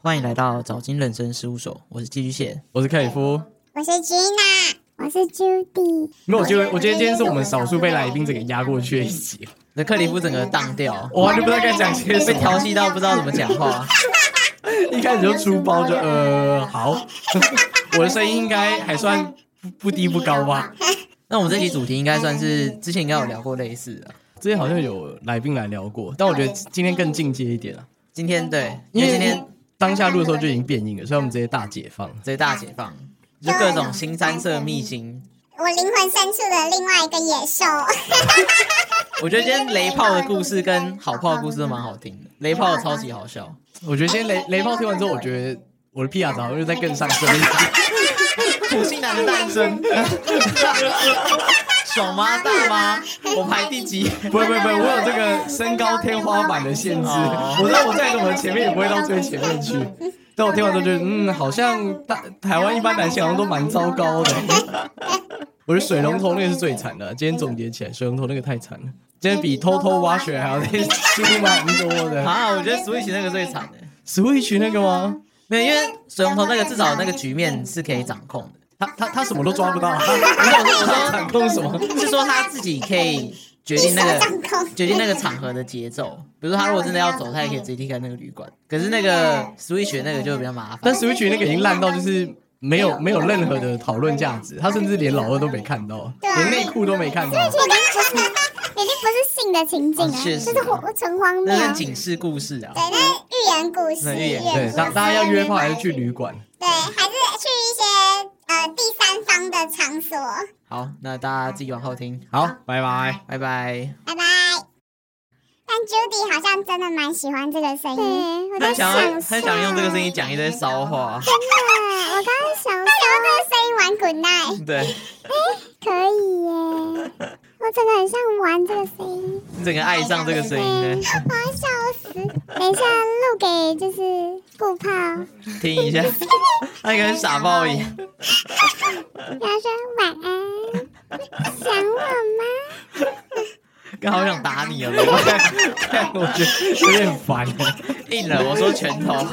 欢迎来到早金人生事务所，我是寄居蟹， 我是克里夫， 我是 Gina， 我是 Judy。 没有，我觉得今天是我们少数被来宾整个压过去的一集。 那克里夫整个当掉， 我完全不知道该讲些什么， 被调戏到不知道怎么讲话。 一开始就出包就好，我的声音应该还算不低不高吧？ 那我们这期主题应该算是之前应该有聊过类似的， 之前好像有来宾来聊过，但我觉得今天更进阶一点了。 今天对， 因为今天当下录的时候就已经变硬了，所以我们直接大解放，就各种新三色秘辛。 我灵魂深处的另外一个野兽。 我觉得今天雷炮的故事跟好炮的故事都蛮好听的，雷炮的超级好笑。 我觉得今天雷炮听完之后，我觉得我的屁眼好像又在更上升一点。 土星男的诞生，爽吗？大吗？我排第几？ 不会，我有这个身高天花板的限制。我知道我在我的前面也不会到最前面去。但我听完之后觉得，好像台湾一般男性好像都蛮糟糕的。我觉得水龙头那个是最惨的，今天总结起来，水龙头那个太惨了。今天比偷偷挖水还要辛蛮多的啊！我觉得 Switch 那个最惨的。 Switch 那个吗？ 没有，因为水龙头那个至少那个局面是可以掌控的。 他什么都抓不到。我说掌控什么？ 是说他自己可以决定那个场合的节奏。比如说他如果真的要走，他也可以直接离开那个旅馆。可是那个 Switch 那个就比较麻烦。 但 Switch 那个已经烂到就是没有任何的讨论价值，他甚至连老二都没看到，连内裤都没看到。 已经不是性的情境了，就是纯荒谬。 那是警示故事啊。 对，那是寓言故事。 对，大家要约炮还是去旅馆？ 对，还是去一些第三方的场所。 好，那大家自己往后听。 好，拜拜。 但 Judy 好像真的蛮喜欢这个声音， 他想用这个声音讲一堆骚话。 真的，我刚刚想说这个声音玩 Good Night。 对。 可以耶。我真的很像玩这个声音， 你整个爱上这个声音呢？ 我要笑死！等一下录给就是顾炮听一下，他跟傻爆一样。 他说晚安，想我吗？ 刚好想打你了， 看我觉得有点烦， 硬了。我说拳头。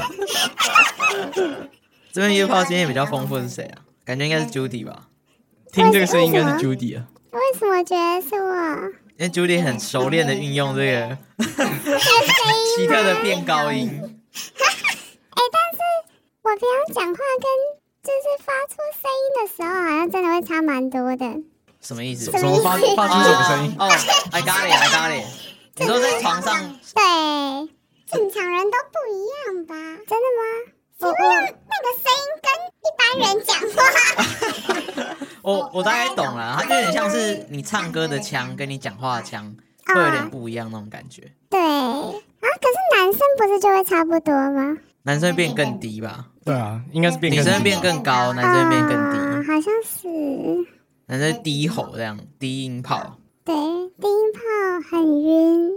这边约炮经验比较丰富的是谁啊？感觉应该是 Judy 吧。 听这个声音应该是 Judy 啊。 为什么觉得是我？ 因为 Judy 很熟练的运用这个奇特的变高音。 但是我平常讲话跟就是发出声音的时候，好像真的会差蛮多的。 什么意思？ 什么发出什么声音 ？I got it。你说在床上？ 对，正常人都不一样吧？真的吗？只会用那个声音跟一般人讲话。 我大概懂了，它就有点像是你唱歌的腔跟你讲话的腔会有点不一样那种感觉。 对啊，可是男生不是就会差不多吗？ 男生变更低吧？ 对啊，应该是变更低。女生变更高，男生变更低。 好像是。 男生低吼这样，低音炮。 对，低音炮很晕。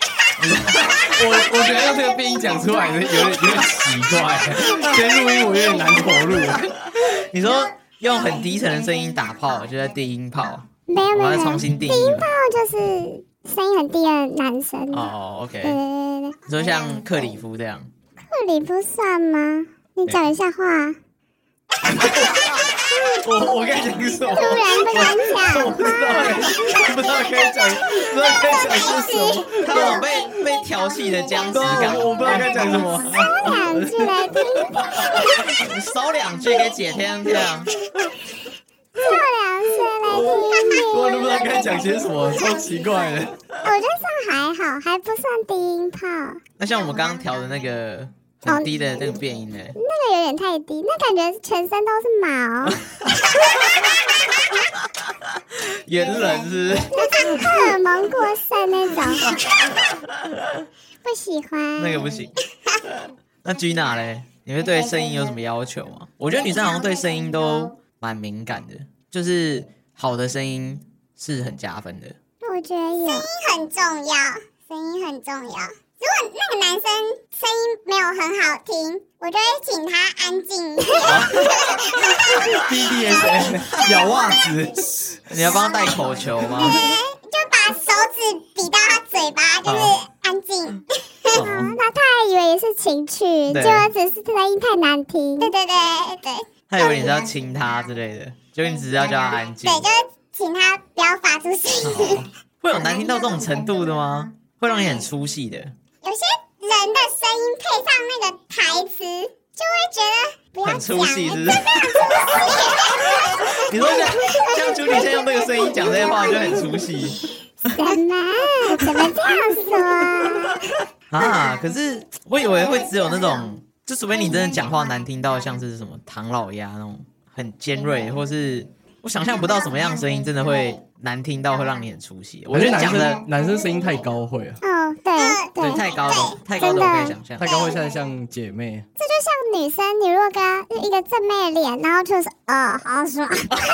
我觉得用这个变音讲出来有点奇怪，今天录音我有点难投入。 你说用很低沉的声音打炮，就在低音炮。 没有， 我要重新定义。 低音炮就是声音很低的男生。 OK。 对。 你说像克里夫这样？ 克里夫算吗？你讲一下话。 我该讲什么？ 突然不敢讲， 我不知道该讲是什么。 他有种被调戏的僵尸感， 我不知道该讲什么。 烧两句来听。 你烧两句给姐听这样。 烧两句来听。 我都不知道该讲些什么，超奇怪的。 我觉得算还好，还不算低音炮。 那像我们刚刚调的那个很低的那个变音呢？ 那个有点太低，那感觉全身都是毛。 猿人是荷尔蒙过剩那种。不喜欢。 那个不行。那 Gina 嘞？你会对声音有什么要求吗？我觉得女生好像对声音都蛮敏感的，就是好的声音是很加分的。 我觉得声音很重要，声音很重要。如果那个男生声音没有很好听，我就会请他安静一点。 BDSM 咬袜子， 你要帮他戴口球吗？ 就把手指比到他嘴巴，就是安静。那他还以为是情情趣， 对结果只是声音太难听。对对对对， 他以为你是要亲他之类的，结果你只是要叫他安静。 对，就是请他不要发出声音。 会有难听到这种程度的吗？会让你很出戏的。 有些人的声音配上那个台词，就会觉得不要很出戏， 讲是不是？你说像朱女现在用这个声音讲这些话，就很出戏什么？怎么这样说？ 啊！可是我以为会只有那种，就除非你真的讲话难听到像是什么唐老鸭那种很尖锐，或是我想象不到什么样的声音真的会难听到会让你很出戏。我觉得讲的男生声音太高会啊， 哦，对对太高的太高的我可以想象， 太高会像姐妹。 这就像女生，你如果跟一个正妹的脸，然后就说好爽。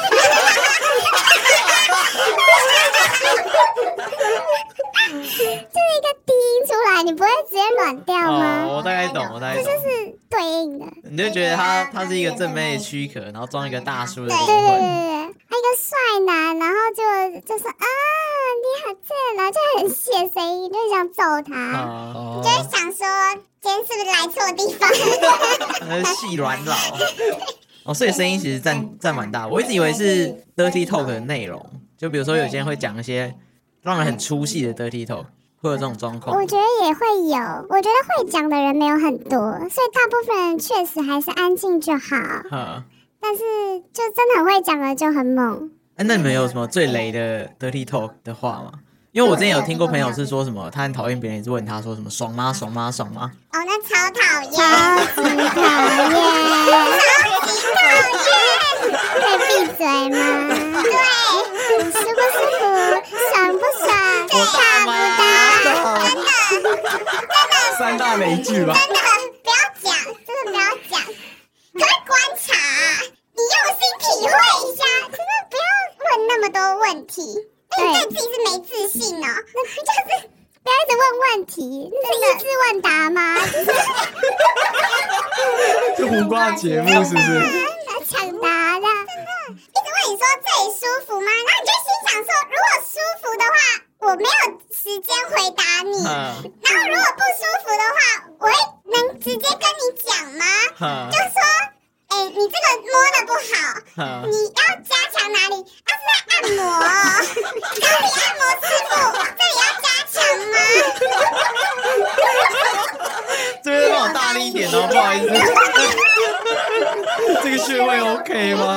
就是一个低音出来，你不会直接软掉吗？ 我大概懂， 这就是对应的。 你就觉得他是一个正妹的躯壳，然后装一个大叔的灵对对对魂。 对，一个帅男，然后就说你好正，然后就很细的声音，就想揍他。就会想说，今天是不是来错地方？ 那是细软老。所以声音其实占蛮大。我一直以为是 dirty talk 的内容，就比如说有些人会讲一些让人很出戏的 dirty talk， 会有这种状况。 我觉得也会有，我觉得会讲的人没有很多，所以大部分人确实还是安静就好。但是就真的很会讲的就很猛。 那你们有什么最雷的 dirty talk 的话吗？因为我之前有听过朋友是说什么，他很讨厌别人一直问他说什么爽吗爽吗爽吗？ 哦，那超讨厌，超级讨厌，超级讨厌，可以闭嘴吗？对，舒不舒服，爽不爽，大不大？真的， 三大雷剧吧。 真的不要讲，真的不要讲，可以观察，你用心体会一下，真的不要问那么多问题。对自己是没自信哦，就是不要一直问问题，那是益智问答吗？ 是胡瓜节目是不是？ 抢答的，真的一直问你说这里舒服吗？然后你就心想说，如果舒服的话，我没有时间回答你；然后如果不舒服的话，我会能直接跟你讲吗？就说，你这个摸得不好，你要加强哪里？是在按摩，哪里按摩师傅？这里要加强吗？ 这边帮我大力一点哦，不好意思。 这个穴位 OK 吗？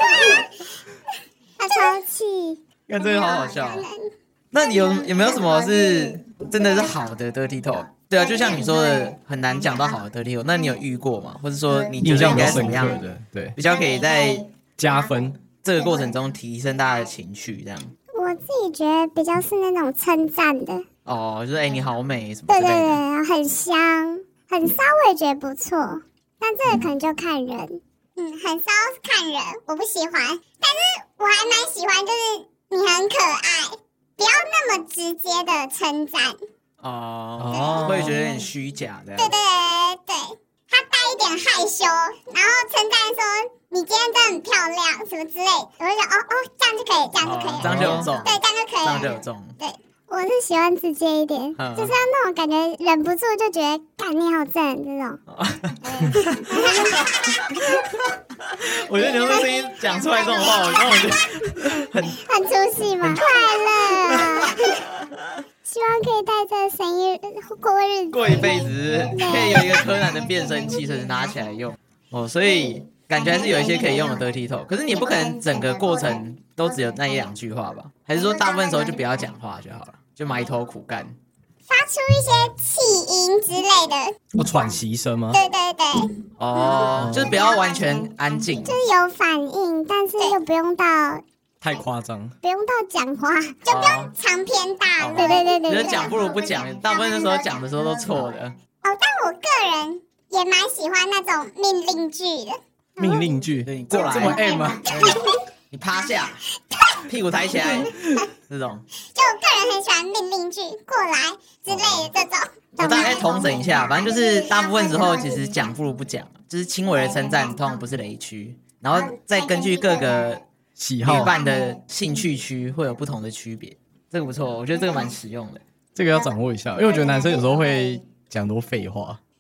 他超气。 看这个好好笑。那你有没有什么是真的是好的 dirty talk？ 对啊，就像你说的，很难讲到好的 dirty talk。那你有遇过吗？或者说你觉得应该怎么样的？对， 比较可以在加分这个过程中提升大家的情绪，这样。 我自己觉得比较是那种称赞的。 就是你好美什么之类的。 对对对，很香，很骚，我也觉得不错。但这个可能就看人，很骚是看人，我不喜欢。但是我还蛮喜欢，就是你很可爱，不要那么直接的称赞。 会觉得有点虚假的。 对对对对，他带一点害羞，然后称赞说你今天真的很漂亮什么之类的，我就想这样就可以，这样就可以了， 这样就有中， 对，这样就可以了， 这样就有中。 对，我是喜欢直接一点，就是要那种感觉忍不住就觉得干你好正这种。 我觉得你用这声音讲出来这种话，我觉得很出戏吗？快乐。希望可以带着声音过日子， 过一辈子，可以有一个柯南的变声器，随时拿起来用。所以感觉还是有一些可以用的 dirty talk。可是你不可能整个过程都只有那一两句话吧？还是说大部分时候就不要讲话就好了，就埋头苦干， 发出一些气音之类的？ 喘息声吗？ 对对对。 就是不要完全安静， 就是有反应，但是又不用到。 太夸张， 不用到讲话，就不用长篇大论。对对对对， 觉得讲不如不讲，大部分的时候讲的时候都错的。 但我个人也蛮喜欢那种命令句的。 命令句， 对，你过来， 这么 M 吗？ 你趴下，屁股抬起来，这种。 就我个人很喜欢命令句，过来之类的这种。 我大概统整一下，反正就是大部分时候其实讲不如不讲，就是轻微的称赞通常不是雷区，然后再根据各个喜好女伴的兴趣区会有不同的区别，这个不错，我觉得这个蛮实用的。 这个要掌握一下，因为我觉得男生有时候会讲多废话。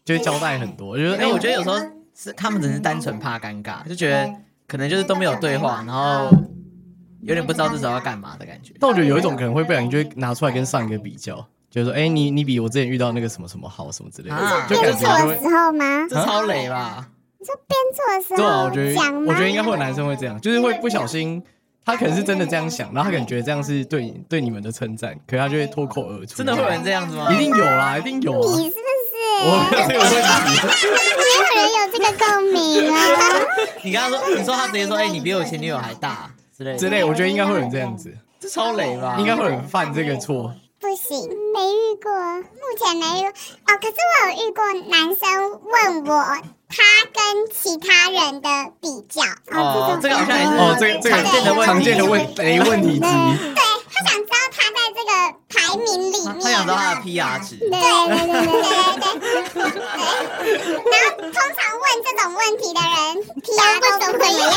就会交代很多。我觉得， 我觉得有时候是他们只是单纯怕尴尬，就觉得可能就是都没有对话，然后有点不知道这时候要干嘛的感觉。 但我觉得有一种可能会不小心就会拿出来跟上一个比较，就是说，你比我之前遇到那个什么什么好什么之类的，就编错的时候吗？ 这超雷吧？ 你说编错的时候对啊，我觉得应该会有讲吗？ 男生会这样，就是会不小心。他可能是真的这样想，然后他可能觉得这样是对你们的称赞，可是他就会脱口而出。 真的会有人这样子吗？ 一定有啦，一定有啊！ 你是不是？ 我没有这个问题，没有人有这个共鸣啊！ 你刚刚说，你说他直接说，你比我前女友还大之类， 我觉得应该会有人这样子， 这超雷吧？ 应该会有人犯这个错。 不行，没遇过，目前没遇过。哦，可是我有遇过男生问我他跟其他人的比较。 这个好像也是这个常见的问题之一。 对，他想知道他在这个排名里面， 他想知道他的 PR 值。 对。然后通常问这种问题的人 ，PR 都是会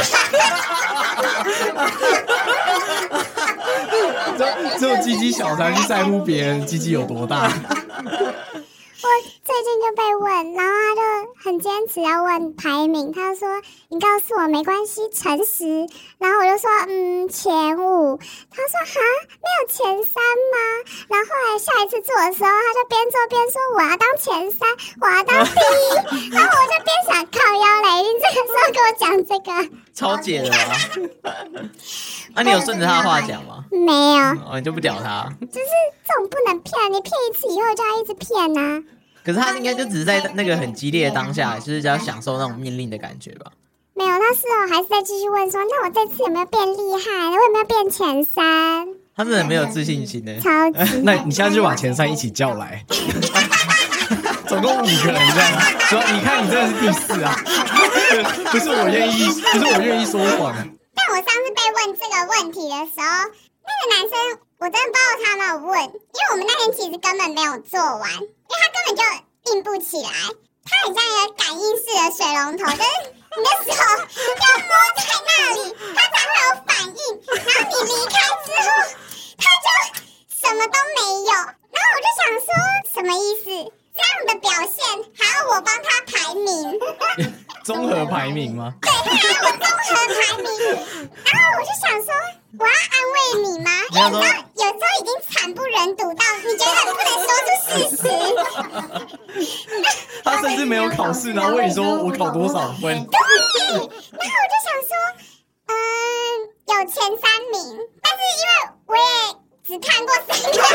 只有鸡鸡小才去在乎别人鸡鸡有多大。 我最近就被问，然后他就很坚持要问排名，他就说你告诉我没关系，诚实。然后我就说前5，他说哈没有前3吗？然后后来下一次做的时候，他就边做边说我要当前3，我要当第1，然后我就边想靠腰嘞，你这个时候跟我讲这个， 超解的啊！你有顺着他的话讲吗？ 没有， 你就不屌他？ 就是这种不能骗，你骗一次以后就要一直骗啊。 可是他应该就只是在那个很激烈的当下，就是要享受那种命令的感觉吧？ 没有，他事后还是在继续问说，那我这次有没有变厉害？我有没有变前3？ 他真的没有自信心呢。 超级。 那你现在就把前3一起叫来，总共5个人这样。说你看你真的是第4啊，不是我愿意说谎。 但我上次被问这个问题的时候，那个男生我真的不知道他有没有问，因为我们那天其实根本没有做完，因为他根本就硬不起来，他很像一个感应式的水龙头，就是你的手要摸在那里，他才会有反应，然后你离开之后，他就什么都没有，然后我就想说什么意思？这样的表现还要我帮他排名？ 综合排名吗？ 对，他还要我综合排名，然后我就想说，我要安慰你吗？因为有时候已经惨不忍睹到，你觉得你不能说出事实。 他甚至没有考试，然后问你说我考多少分？ 对，然后我就想说，有前3名，但是因为我也只看过3个，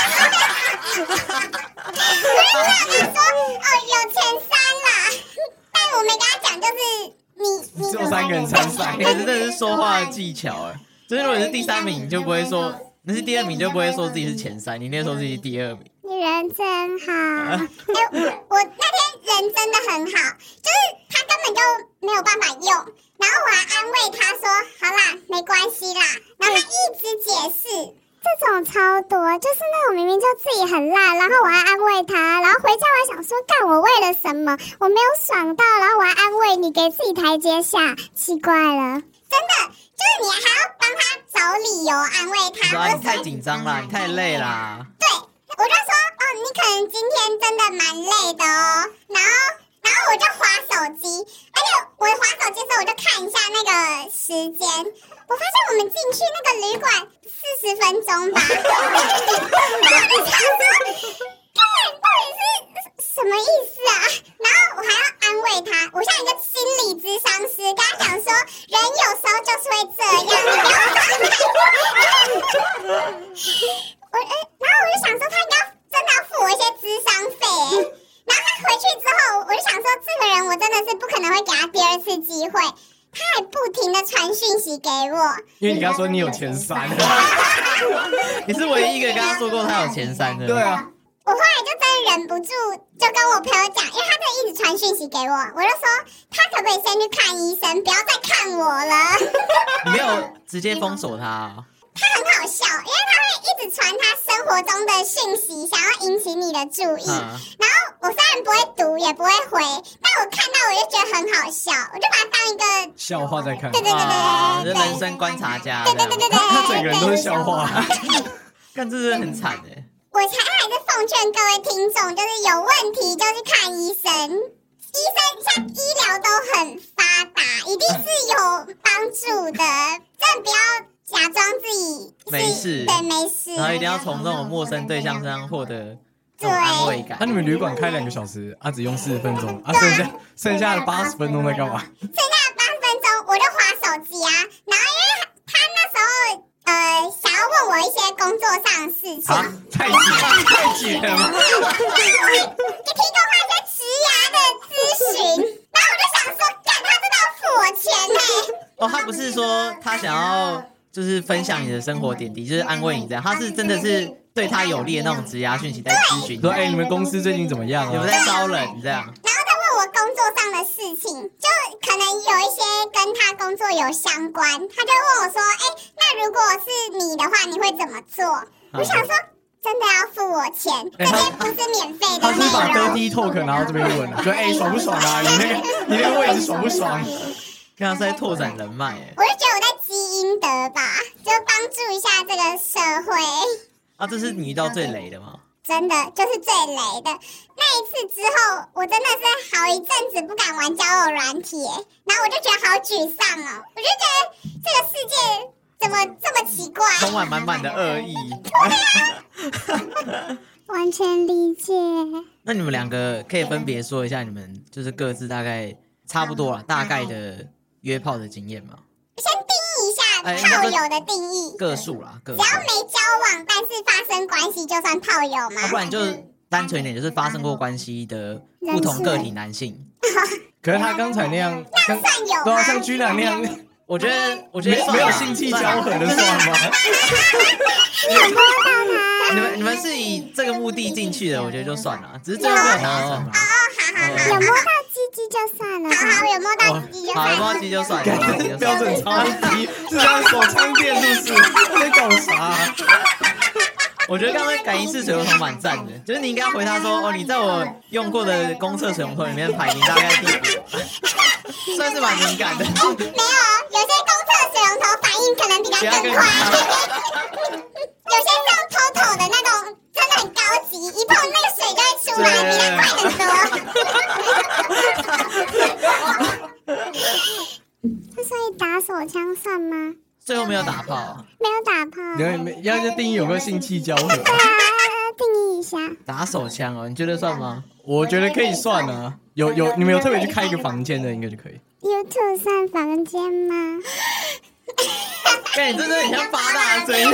我就想说，有前3啦，但我没跟他讲，就是你只有3个人参赛， 可是这是说话的技巧哎。就是如果是第3名，你就不会说；那是第2名，就不会说自己是前3，你那时候自己是第2名。 你人真好，我那天人真的很好，就是他根本就没有办法用，然后我还安慰他说，好啦，没关系啦，然后他一直解释。这种超多，就是那种明明就自己很烂，然后我还安慰他，然后回家我还想说，干我为了什么？我没有爽到，然后我还安慰你，给自己台阶下，奇怪了，真的，就是你还要帮他找理由安慰他。 说你太紧张啦，你太累啦。 对，我就说，你可能今天真的蛮累的哦，然后我就滑手机，而且我滑手机的时候我就看一下那个时间，我发现我们进去那个旅馆40分钟吧，然后我就想说，看到底是什么意思啊？然后我还要安慰他，我像一个心理咨商师，跟他讲说，人有时候就是会这样，你不要然后我就想说，他应该真的要付我一些咨商费然后他回去之后，我就想说，这个人我真的是不可能会给他第2次机会。他还不停的传讯息给我， 因为你跟他说你有前3， 你是唯一一个跟他说过他有前3的。 对啊， 我后来就真的忍不住，就跟我朋友讲，因为他真的一直传讯息给我，我就说他可不可以先去看医生，不要再看我了。 你没有直接封锁他啊？ 他很好笑，因为他会一直传他生活中的讯息，想要引起你的注意。然后我虽然不会读，也不会回，但我看到我就觉得很好笑，我就把它当一个笑话在看。 对， 人生观察家。 对， 他整个人都是笑话。 但这真的很惨哎。 我还是奉劝各位听众，就是有问题就去看医像医疗都很发达，一定是有帮助的。真的不要假装自己没事， 对，没事。 然后一定要从这种陌生对象身上获得这种安慰感。 那你们旅馆开2个小时只用40分钟剩下的80分钟在干嘛？ 剩下的80分钟我就滑手机啊，然后因为他那时候想要问我一些工作上的事情， 太急了吗？ 就提供他一些职涯的咨询，然后我就想说，干，他真的要付我钱呢。 他不是说他想要就是分享你的生活点滴，就是安慰你这样，他是真的是对他有利的那种职涯讯息在咨询。 说你们公司最近怎么样啊？ 你们在招人这样。 然后他问我工作上的事情，就可能有一些跟他工作有相关，他就问我说：“那如果是你的话，你会怎么做？”我想说，真的要付我钱，这些不是免费的他是把内容。 dirty talk 拿到这边问了，就爽不爽啊？你那个位置爽不爽？ 看他是在拓展人脉我就觉得我在积阴德吧，就帮助一下这个社会。 这是你遇到最雷的吗？ 真的就是最雷的那一次之后，我真的是好一阵子不敢玩交友软体，然后我就觉得好沮丧哦，我就觉得这个世界怎么这么奇怪， 充满满满的恶意。 完全理解。 那你们2个可以分别说一下你们就是各自大概差不多啦，大概的约炮的经验吗？ 先定义一下炮友的定义， 个数啦， 只要没交往但是发生关系就算炮友吗？ 不然就单纯一点，就是发生过关系的不同个体男性。 可是他刚才那样， 那算有吗？ 对啊，像居然那样， 我觉得没有性器交合的算吗？ 你有摸到他？ 你们是以这个目的进去的，我觉得就算了，只是最后没有达成嘛。 有摸到鸡鸡就算了。好，有摸到鸡鸡就算了。 好，摸到鸡就算了。 标准超低，是像手枪店是不是？在搞啥？ 我觉得刚刚感应式水龙头蛮赞的，就是你应该回他说你在我用过的公厕水龙头里面排名大概第5，算是蛮敏感的。 没有，有些公厕水龙头反应可能比他更快。有些是用偷偷的那种，真的很高级，一碰那个水就会出来，比他快很多。所以打手枪算吗？ 最后没有打炮， 没有打炮。 要定义有个性器交合。 对啊，定义一下。 打手枪你觉得算吗？ 我觉得可以算啊。你们有特别去开一个房间的，应该就可以。 YouTube 算房间吗？ 你真的很像八大嘴。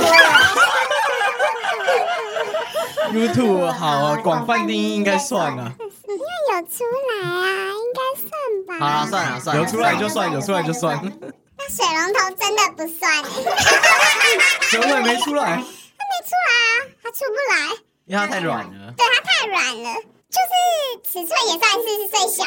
YouTube 好啊，广泛定义应该算啊。 因为有出来啊，应该算吧。 好了，算了， 有出来就算，有出来就算。 那水龙头真的不算。 水龙头没出来。 他没出来啊，他出不来， 因为它太软了。 对，它太软了，就是尺寸也算是最小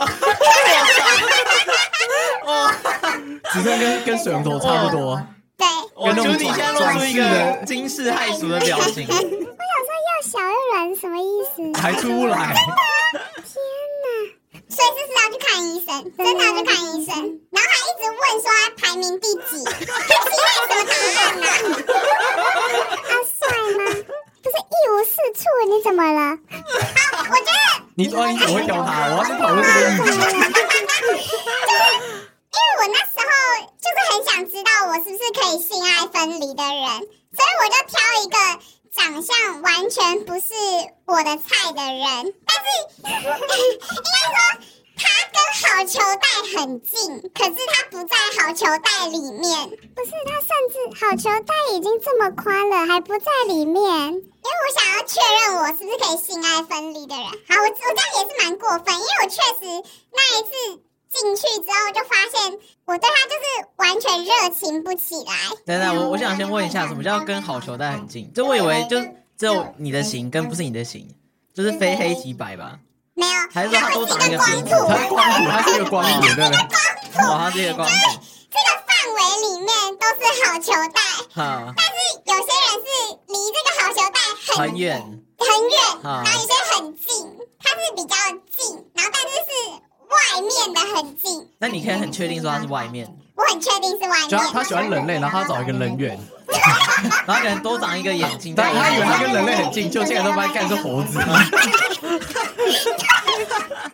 的。 尺寸跟水龙头差不多。 对。 我觉得你现在露出一个惊世骇俗的表情。 我想说又小又软什么意思？ 还出不来。 天哪！所以这是要去看医生，真的要去看医生。然后还一直问说他排名第几，期待什么答案啊？他帅吗？不是一无是处，你怎么了？好，我觉得你怎么会挑他？我要先讨论这个议题。 因为我那时候就是很想知道我是不是可以性爱分离的人，所以我就挑一个长相完全不是我的菜的人，但是应该说他跟好球带很近，可是他不在好球带里面。不是，他甚至好球带已经这么宽了，还不在里面。因为我想要确认我是不是可以性爱分离的人。好，我这样也是蛮过分，因为我确实那一次进去之后就发现我对他就是完全热情不起来。 等，我想先问一下，什么叫跟好球带很近？就我以为就只有你的型跟不是你的型，就是非黑即白吧？ 没有， 还是说他都长一个鼻子？ 他是光谱，他是一个光谱，对不对？ 他是一个光谱。 这个范围里面都是好球带，但是有些人是离这个好球带很远， 然后有些很近，它是比较近，然后但是是外面的很近。 那你可以很确定说他是外面？ 我很确定是外面。 就他喜欢人类，然后他找一个人猿， 然后可能多长一个眼睛。 他以为他跟人类很近，就现在都发现干是猴子。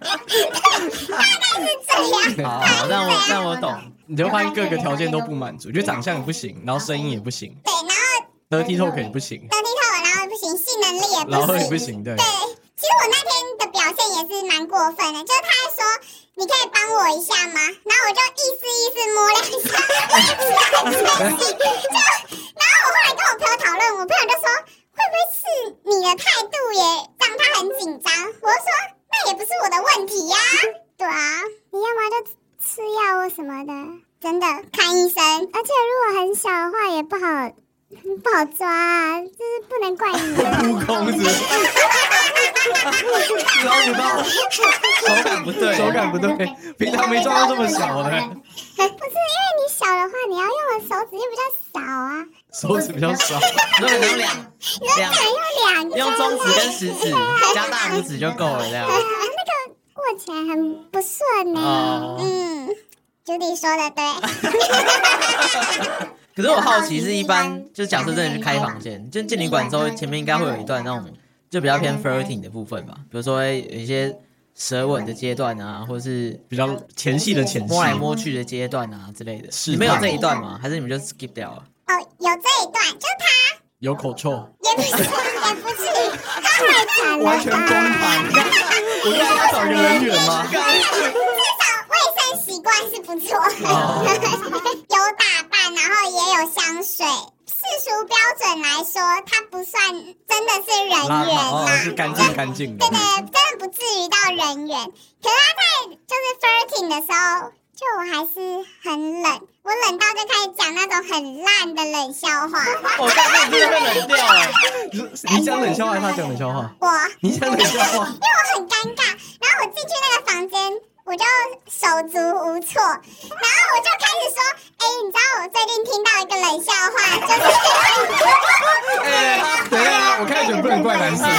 你就发现各个条件都不满足，就长相也不行，然后声音也不行， 对，然后 dirty talk 也不行 ，dirty talk，然后也不行，性能力也不行， 然后也不行，对。 对，其实我那天的表现也是蛮过分的，就是他还说你可以帮我一下吗？然后我就意思摸2下，我也不是很生气，然后我后来跟我朋友讨论，我朋友就说会不会是你的态度也让他很紧张？我就说那也不是我的问题呀，对啊，你要么就吃药或什么的，真的看医生，而且如果很小的话也不好抓啊，就是不能怪你。 悟空子，抓不到， 手感不对， 手感不对，平常没抓到这么小的。 不是因为你小的话，你要用的手指就比较少啊， 手指比较少， 那可能你两用2根， 用中指跟食指加大拇指就够了，这样。 那个握起来很不顺呢。 哦 Judy 说的对。 可是我好奇，是一般就假设真的去开房间，就进旅馆之后，前面应该会有一段那种就比较偏 flirting 的部分吧，比如说有一些舌吻的阶段啊，或是比较前戏的前戏， 摸来摸去的阶段啊之类的。 是你们有这一段吗？还是你们就 skip 掉了？ 哦，有这一段，就是他有口臭， 也不是，他太惨了， 完全公盘。我就说要找一个人缘嘛。 至少卫生习惯是不错，有打扮，然后也有香水。世俗标准来说，他不算真的是人缘啦， 是干净的。 对，真的不至于到人缘。可是他在就是 flirting 的时候，就我还是很冷，我冷到就开始讲那种很烂的冷笑话。 我刚刚真的被冷掉了。 你讲冷笑话，他讲冷笑话。你讲冷笑话， 因为我很尴尬，然后我进去那个房间，我就手足无措，然后我就开始说，你知道我最近听到一个冷笑话，就是， 等一下，我开始觉得不能怪男生。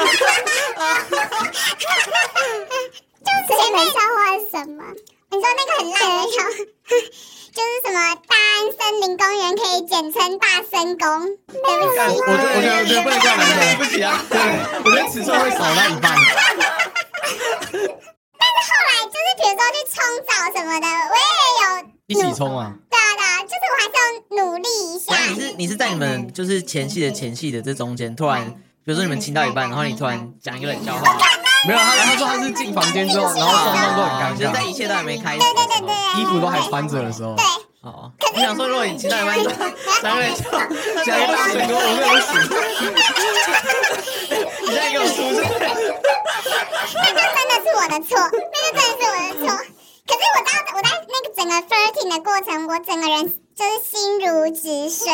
就是冷笑话是什么？你说那个很烂的笑话，就是什么大安森林公园可以简称大森公。对不起， 我觉得不能怪男生， 对不起啊。 对，我觉得尺寸会少到一半。 但是后来就是比如说去冲澡什么的，我也有一起冲啊！ 对啊，就是我还是要努力一下。 你是在你们就是前戏的这中间，突然比如说你们亲到一半，然后你突然讲一个冷笑话。 没有，他说他是进房间之后，然后双方都很尴就是在尬， 一切都还没开始， 对， 衣服都还穿着的时候。 对。 哦，我想说，如果你亲到一半，讲个冷笑话， 讲一个大水沟，我真的不行。 你现在给我出声。 那就真的是我的错，可是我在那个整个 flirting 的过程，我整个人就是心如止水。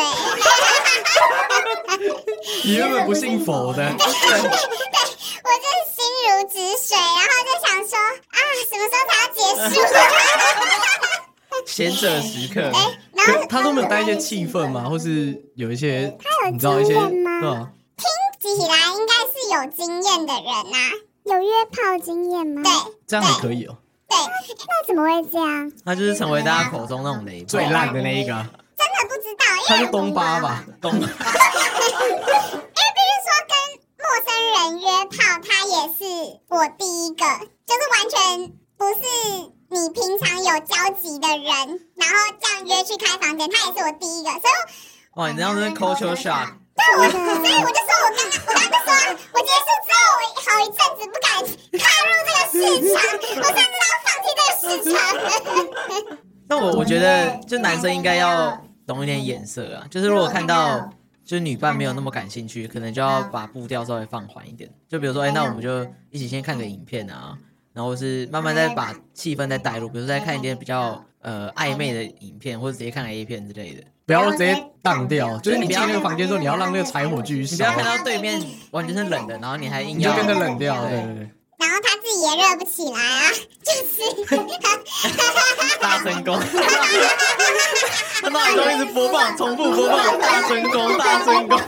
你原本不信佛的， 对，我就是心如止水，然后就想说什么时候才要结束？ 贤者时刻。 然后他都没有带一些气氛嘛，或是有一些， 他有你知道一些， 经验吗？ 对吧？ 听起来应该是有经验的人呐，有约炮经验吗？对， 这样还可以哦。 对，那怎么会这样？ 他就是成为大家口中那种雷最烂的那一个， 真的不知道， 他是东巴吧？ 东。 因为比如说跟陌生人约炮，他也是我第一个，就是完全不是你平常有交集的人，然后这样约去开房间，他也是我第一个，所以哇，你这样子是 culture shock。 对，所以我就说我刚刚就说，我结束之后，我好一阵子不敢踏入这个市场，我甚至要放弃这个市场。 那我觉得，就男生应该要懂一点眼色啊，就是如果看到就是女伴没有那么感兴趣，可能就要把步调稍微放缓一点。就比如说，那我们就一起先看个影片啊，然后是慢慢再把气氛再带入，比如说再看一点比较暧昧的影片，或者直接看 A 片之类的。 不要直接荡掉，就是你进那个房间之后，你要让那个柴火继续烧。 你不要看到对面完全是冷的，然后你还硬要你就跟着冷掉，对。 然后他自己也热不起来啊，就是大声公，他脑海中一直播放，重复播放大声公，大声公。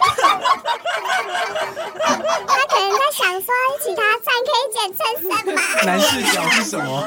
他可能在想说，其他站可以简称什么？ 男视角是什么？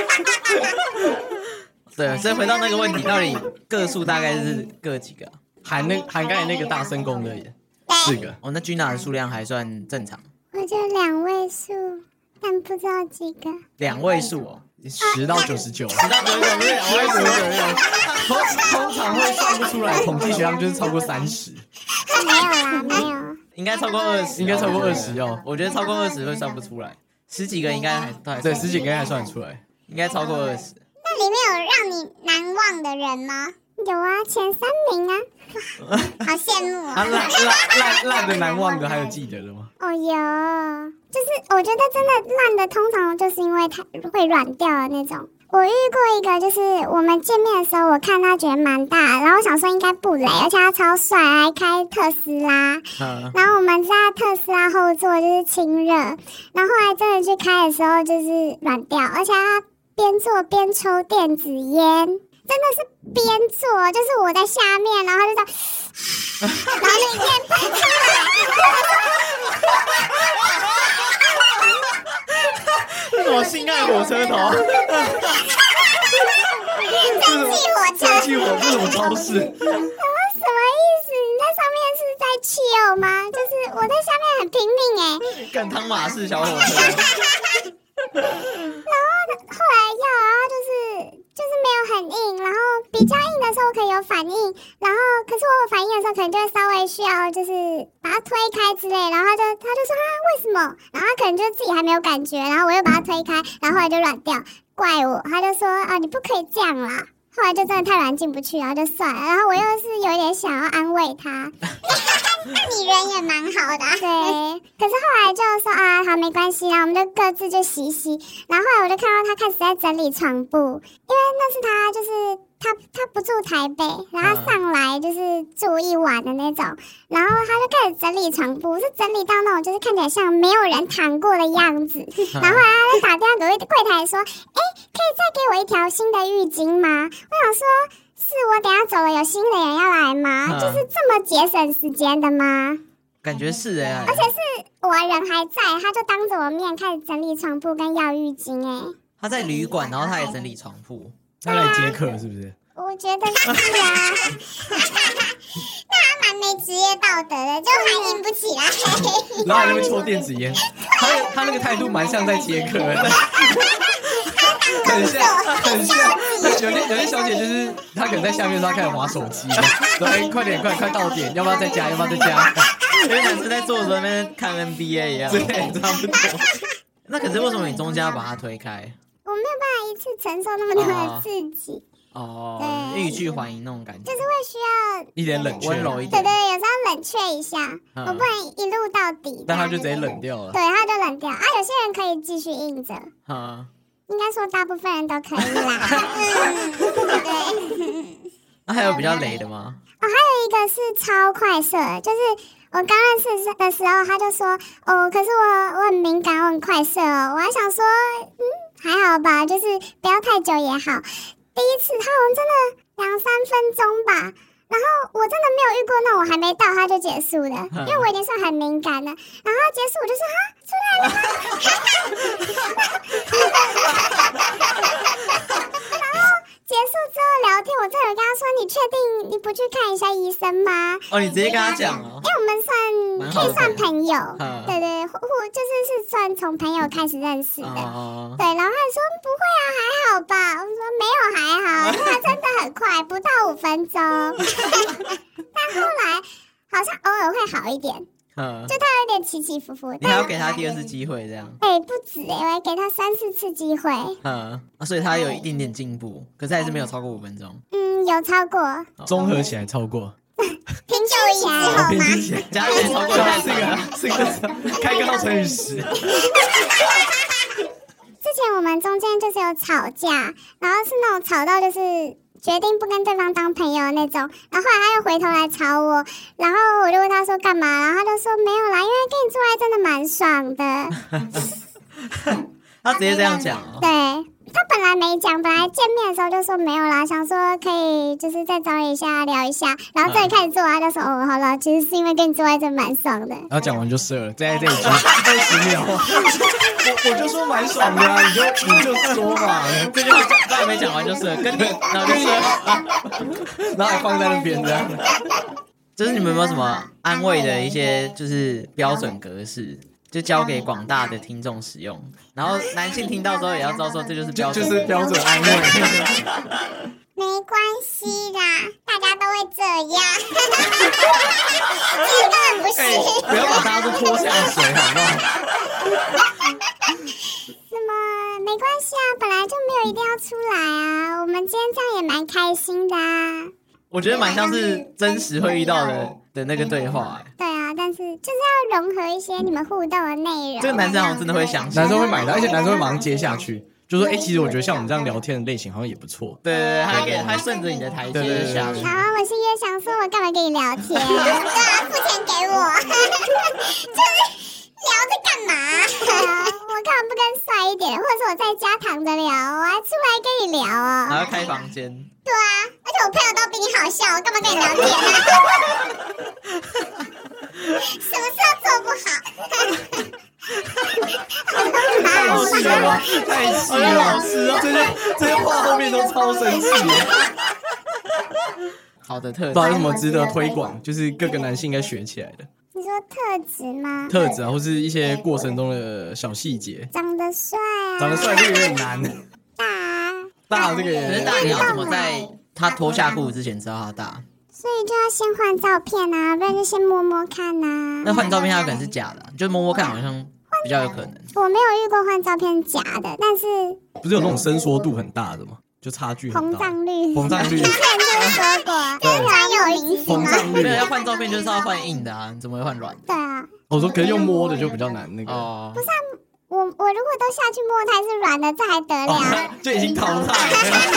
对，所以回到那个问题，到底个数大概是各几个啊？ 含刚才那个大声公的也4个。 哦，那 Gina 的数量还算正常。 我就2位数。 但不知道几个。 2位数哦 ，10到99，10 到99不是2位数通常会算不出来，统计学上就是超过30。 没有啦，没有。 应该超过20， 应该超过20哦。 我觉得超过20会算不出来，10几个应该还对10几个应该还算得出来， 应该超过20。 那里面有让你难忘的人吗？有啊，前3名啊，好羡慕啊！烂的难忘的还有记得的吗？ 哦，有，就是我觉得真的烂的，通常就是因为它会软掉的那种。我遇过一个，就是我们见面的时候，我看他觉得蛮大，然后我想说应该不雷，而且他超帅，还开特斯拉。然后我们在特斯拉后座就是亲热，然后后来真的去开的时候就是软掉，而且他边坐边抽电子烟，真的是边坐，就是我在下面，然后就这样，然后那烟喷出来。 这什么性爱火车头？ 蒸汽火车， 这什么招式？ 什么意思？你在上面是在chill吗？就是我在下面很拼命干汤马式小火车。 然后后来要，然后就是没有很硬，然后比较硬的时候可以有反应，然后可是我有反应的时候可能就会稍微需要就是把它推开之类，然后他就说为什么？然后他可能就自己还没有感觉，然后我又把它推开，然后后来就软掉，怪我，他就说你不可以这样啦。后来就真的太软进不去，然后就算了。然后我又是有一点想要安慰他，那你人也蛮好的。对，可是后来就说好没关系啦，我们就各自就洗洗。然后后来我就看到他开始在整理床铺，因为那是他就是他不住台北，然后上来就是住一晚的那种，然后他就开始整理床铺，是整理到那种就是看起来像没有人躺过的样子。然后后来他就打电话给柜台说，可以再给我一条新的浴巾吗？我想说，是我等一下走了有新的人要来吗？就是这么节省时间的吗？ 感觉是而且是我人还在，他就当着我面开始整理床铺跟要浴巾他在旅馆，然后他也整理床铺。 他来接客是不是？ 我觉得是啊，那他蛮没职业道德的，就还硬不起来。 然后在那边抽电子烟，他那个态度蛮像在接客的。很像。有些小姐就是她可能在下面的时候，她开始滑手机，说快到点，要不要再加？ 有些男生在做的时候，那边看 NBA 一样， 对，差不多。 那可是为什么你中间要把它推开？ 我没有办法一次承受那么多的刺激。 欲拒还迎那种感觉， 就是会需要一点冷却， 温柔一点。 对，有时候冷却一下，我不能一路到底。 但他就直接冷掉了。 对，他就冷掉有些人可以继续硬着。应该说大部分人都可以啦。对。 那还有比较雷的吗？ 还有一个是超快射，就是我刚认识的时候，他就说可是我很敏感，我很快射我还想说还好吧，就是不要太久也好。第一次他好像真的2-3分钟吧，然后我真的没有遇过那种我还没到他就结束的，因为我已经算很敏感了。然后结束我就说出来了吗？然后结束之后聊天，我真的有跟他说，你确定你不去看一下医生吗？ 你直接跟他讲因为我们可以算朋友，对，就是算从朋友开始认识的。对，然后他说不会还好吧？我说没有还好，因为他真的很快，不到5分钟。但后来好像偶尔会好一点，就他有点起起伏伏。 你还要给他第2次机会这样？ 不止我还给他3-4次机会。 所以他有一点点进步，可是还是没有超过5分钟。 有超过， 综合起来超过。 平均起来好吗？ 平均起来加起来超过这个开个号乘以10。 之前我们中间就是有吵架，然后是那种吵到就是决定不跟对方当朋友那种，然后后来他又回头来吵我，然后我就问他说干嘛，然后他就说没有啦，因为跟你做爱真的蛮爽的。 他直接这样讲对，他本来没讲，本来见面的时候就说没有啦，想说可以就是再找你一下聊一下，然后这里开始做他就说好了，其实是因为跟你做爱真的蛮爽的。 然后讲完就射了，在这里20秒。我就说蛮爽的你就说嘛， 这句话他还没讲完就射，跟你然后就射， 然后还放在那边这样。 就是你们有没有什么安慰的一些就是标准格式？ 就交给广大的听众使用。然后男性听到之后也要知道说这就是标准， 就是标准安慰。 没关系啦，大家都会这样。这根本不是。 不要把大家都拖下水，好不好？ 什么？没关系啊，本来就没有一定要出来啊。我们今天这样也蛮开心的啊。 我觉得蛮像是真实会遇到的那个对话。 对啊，但是就是要融合一些你们互动的内容。 这个男生好像真的会相信， 男生会买的，而且男生会马上接下去。就说其实我觉得像我们这样聊天的类型好像也不错。 对，他顺着你的台阶下去。 好，我是越想说，我干嘛跟你聊天？对啊，付钱给我，就是聊着干嘛？我干嘛不跟帅一点，或者是我在家躺着聊，我还出来跟你聊哦。 还要开房间。 对啊，而且我朋友都比你好笑，我干嘛跟你聊天啊？什么事都做不好。 太气了吧！太气了！这些话后面都超生气。 好的特质， 不知道有什么值得推广，就是各个男性应该学起来的。 你说特质吗？ 特质啊，或是一些过程中的小细节。 长得帅啊！ 长得帅这个有点难。大这个也。 可是大你要怎么在他脱下裤子之前知道他大？ 所以就要先换照片啊，不然就先摸摸看啊。 那换照片他可能是假的，就摸摸看好像比较有可能。 我没有遇过换照片假的，但是不是有那种伸缩度很大的吗？就差距很大。 膨胀率。 膨胀率。 之前就说过，非常有名词。 膨胀率。 对，要换照片就是要换硬的啊，你怎么会换软的？ 对啊。 我说可是用摸的就比较难那个。哦。 不是啊，我如果都下去摸它是软的，这还得了？ 就已经淘汰了。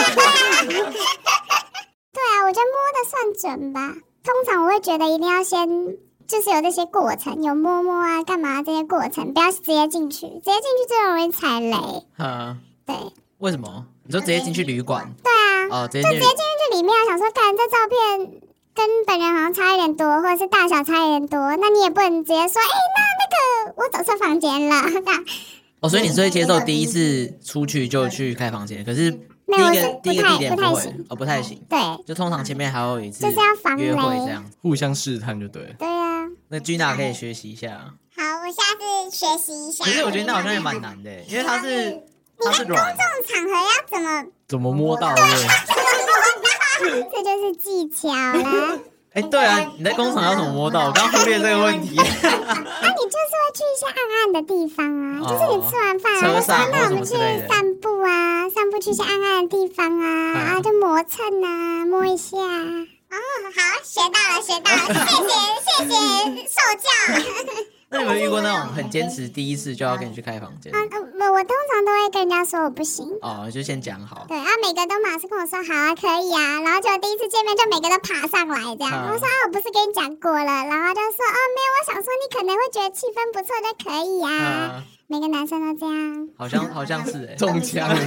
对啊，我觉得摸的算准吧。通常我会觉得一定要先就是有这些过程，有摸摸啊、干嘛这些过程，不要直接进去，直接进去最容易踩雷。对。 为什么？你说直接进去旅馆？ 对啊。 哦， 就直接进去里面，想说看这照片跟本人好像差一点多，或者是大小差一点多，那你也不能直接说，那个我走错房间了。 哦，所以你是会接受第一次出去就去开房间，可是第一个地点不会，不太行。 对， 就通常前面还有一次就是要防雷约会这样， 互相试探就对了。 对啊。 那 Gina 可以学习一下。 好，我下次学习一下。 可是我觉得那好像也蛮难的，因为它是软。 公众场合要怎么摸到？ 对，这就是技巧了。 对啊，你在工厂要怎么摸到？我刚忽略这个问题。 那你就是会去一些暗暗的地方啊，就是你吃完饭啊，那我们去散步啊，散步去一些暗暗的地方啊，就磨蹭啊，摸一下。哦，好，学到了，谢谢受教。 那你有没有遇过那种很坚持第一次就要跟你去开房间？ 我通常都会跟人家说我不行。 哦，就先讲好。 对，每个都马上跟我说好啊，可以啊，然后就第一次见面就每个都爬上来这样。我说我不是跟你讲过了，然后就说没有，我想说你可能会觉得气氛不错就可以啊。每个男生都这样。 好像是中枪了。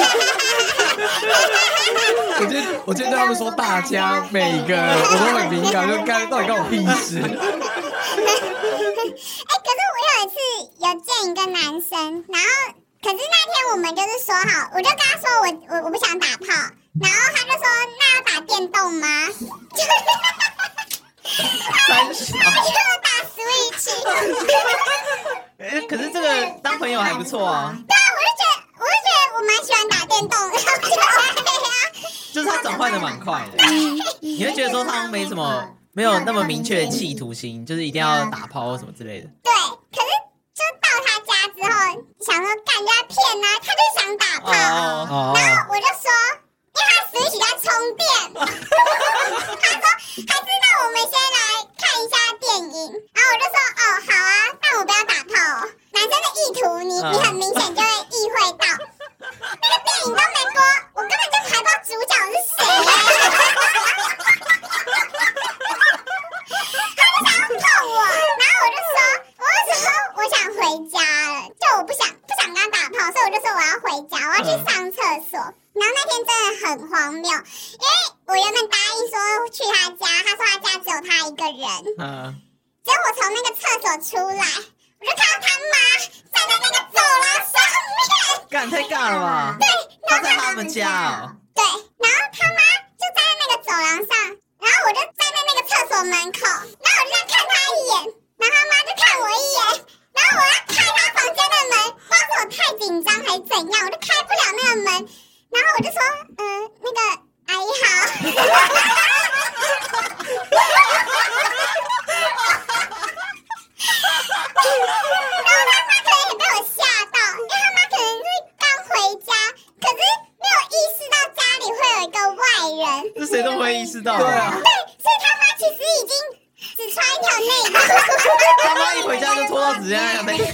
我今天对他们说大家每个我都很敏感，就到底关我屁事。 可是我有一次有见一个男生，然后可是那天我们就是说好，我就跟他说我不想打炮，然后他就说那要打电动吗？他就打 Switch。 可是这个当朋友还不错啊。 对啊，我就觉得我蛮喜欢打电动的， 就是他转换的蛮快的。你会觉得说他没有那么明确的企图心，就是一定要打炮或什么之类的。 对，可是就到他家之后，想说干人家骗啊，他就想打炮，然后我就说，因为他 Switch 在充电，他说还是那我们先来看一下电影，然后我就说好啊，但我不要打炮哦。男生的意图你很明显就会意会到，那个电影都没播，我根本就还不知道主角是谁。他就想要碰我，然后我就说我想回家了，就我不想跟他打炮，所以我就说我要回家，我要去上厕所。然后那天真的很荒谬，因为我原本答应说去他家，他说他家只有他一个人，结果我从那个厕所出来，我就看到他妈站在那个走廊上面， 干太尬了吧？ 对， 他在他们家哦。 对，然后他妈就站在那个走廊上，然后我就站在那个厕所门口，然后我就这样看他一眼，然后他妈就看我一眼，然后我要紧张还是怎样，我就开不了那个门，然后我就说，那个阿姨好。然后他妈可能也被我吓到，因为他妈可能是刚回家，可是没有意识到家里会有一个外人。 这谁都不会意识到。 对啊， 对，所以他妈其实已经只穿一条内裤。 他妈一回家就脱到只剩下内裤。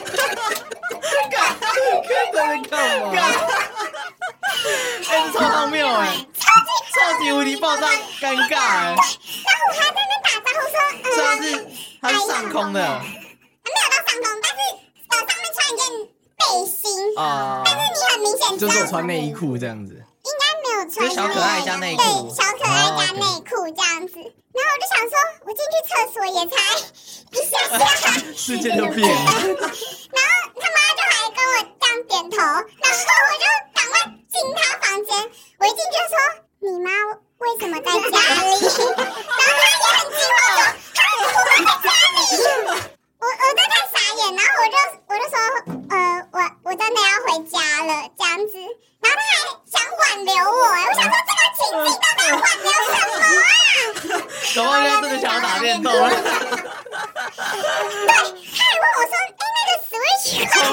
在那干嘛？ 哎，这超荒谬哎，超级无敌爆炸尴尬哎。 然后我还在那边打招呼说， 他是上空的。 没有到上空，但是上面穿一件背心。但是你很明显就是我穿内衣裤这样子。 应该没有穿， 就小可爱加内裤， 对，小可爱加内裤这样子。然后我就想说，我进去厕所也才一下下， 世界就变了。 然后他妈就还跟我这样点头，然后我就赶快进他房间。我一进去就说：“你妈为什么在家里？”然后他也很惊慌说：“我在家里。”我真的太傻眼，然后我就说：“我真的要回家了。”这样子。然后他还想挽留我，我想说这个情境到底要挽留什么啊？ 搞不好人家真的想要打电动了。 对，他还问我说：“那个 Switch 快点！”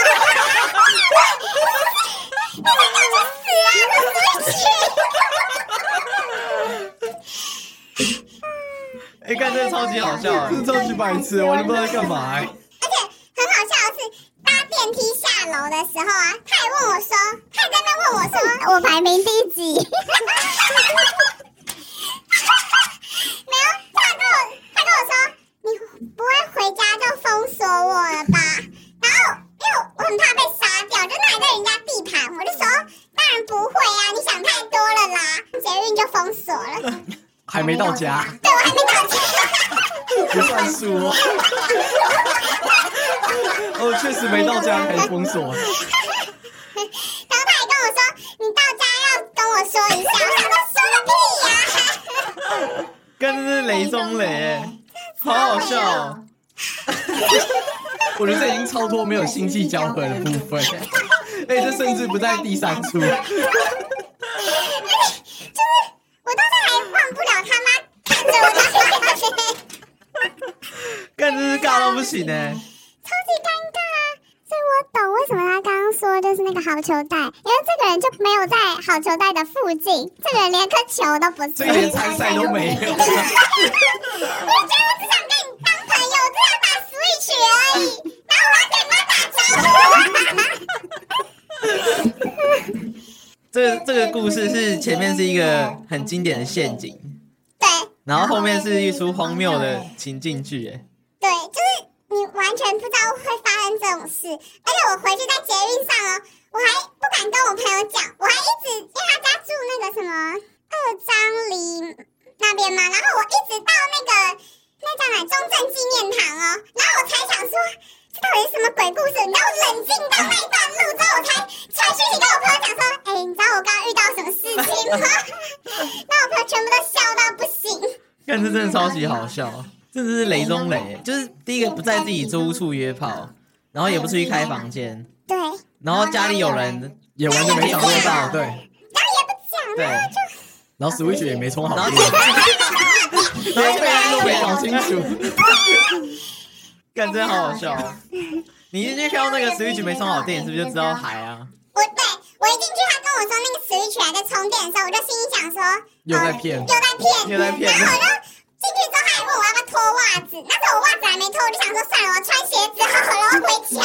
那个就去死啊！那 Switch！ 哎，看这超级好笑， 这超级白痴，完全不知道在干嘛。 而且很好笑的是，搭电梯下楼的时候啊，他还问我说，他还在那问我说，我排名第几？没有，他跟我说，你不会回家就封锁我了吧？然后因为我很怕被杀掉，就那里在人家地盘，我就说当然不会啊，你想太多了啦，捷运就封锁了。 还没到家， 对，我还没到家。 不算数哦。确实没到家可以封锁。 然后他还跟我说：“你到家要跟我说一下。”我想说说个屁呀！ 跟这是雷中雷，好好笑哦。 我觉得这已经超脱没有星际交合的部分。这甚至不在第三处。 就是我到现在还忘不了他妈看着我的脸， 干这是尬到不行哎， 超级尴尬啊！所以我懂为什么他刚刚说就是那个好球带，因为这个人就没有在好球带的附近，这个人连颗球都不是， 这连参赛都没有。 我觉得我只想跟你当朋友，我只要打 Switch 而已，然后我要跟你妈打招呼。 这个故事是前面是一个很经典的陷阱， 对， 然后后面是一出荒谬的情境剧，哎， 对，就是你完全不知道会发生这种事，而且我回去在捷运上哦，我还不敢跟我朋友讲，我还一直因为他家住那个什么2张犁那边嘛，然后我一直到那叫哪中正纪念堂哦，然后我才想说这到底是什么鬼故事，然后冷静到那一段路之后，我才传讯息跟我朋友讲说，你知道我刚刚遇到什么事情吗？那我朋友全部都笑到不行。 看这真的超级好笑，真的是雷中雷，就是第一个不在自己租屋处约炮，然后也不出去开房间， 对， 然后家里有人也完全没掌握到，对。 然后也不讲， 对， 然后 Switch 也没充好然后电，然后备案都没搞清楚。 干真好好笑，你一进去看到那个 Switch 没充好电，是不是就知道海啊？ 我一进去，他跟我说那个 Switch 还在充电的时候，我就心里想说， 又在骗， 又在骗。 然后我就进去之后，他还问我要不要脱袜子，那时候我袜子还没脱，我就想说算了，我穿鞋子好了，我回家。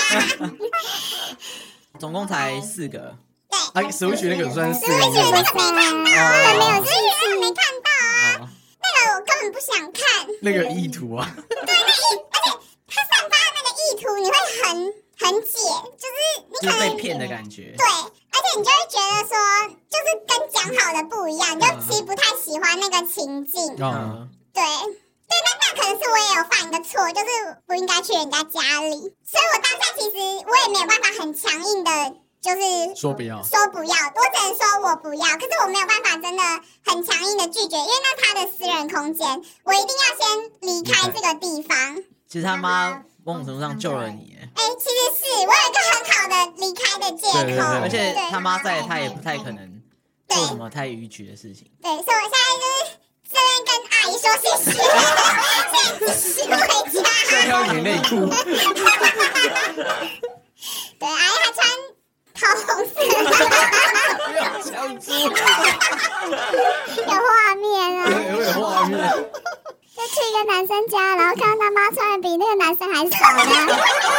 总共才4个。 对 ，Switch 那个算是4 ，Switch 那个没看到，那个没有进去，没看到啊，那个我根本不想看。 那个意图啊。 对，而且他散发的那个意图，你会很解，就是你可能被骗的感觉。 对，而且你就会觉得说，就是跟讲好的不一样，就其实不太喜欢那个情境。对，那可能是我也有犯一个错，就是不应该去人家家里，所以我当下其实我也没有办法很强硬的，就是说不要， 我只能说我不要，可是我没有办法真的很强硬的拒绝，因为那他的私人空间，我一定要先离开这个地方。 其实他妈某种程度上救了你。 其实是我有一个很好的离开的借口， 对而且对他妈在，他也不太可能做什么太逾矩的事情。 对，所以我现在就是这边跟阿姨说谢谢，现在继续回家。 再挑你内裤， 对，阿姨还穿桃红色的， 不要讲出有画面啊！ 有画面。 就去一个男生家，然后看到他妈穿的比那个男生还少呢。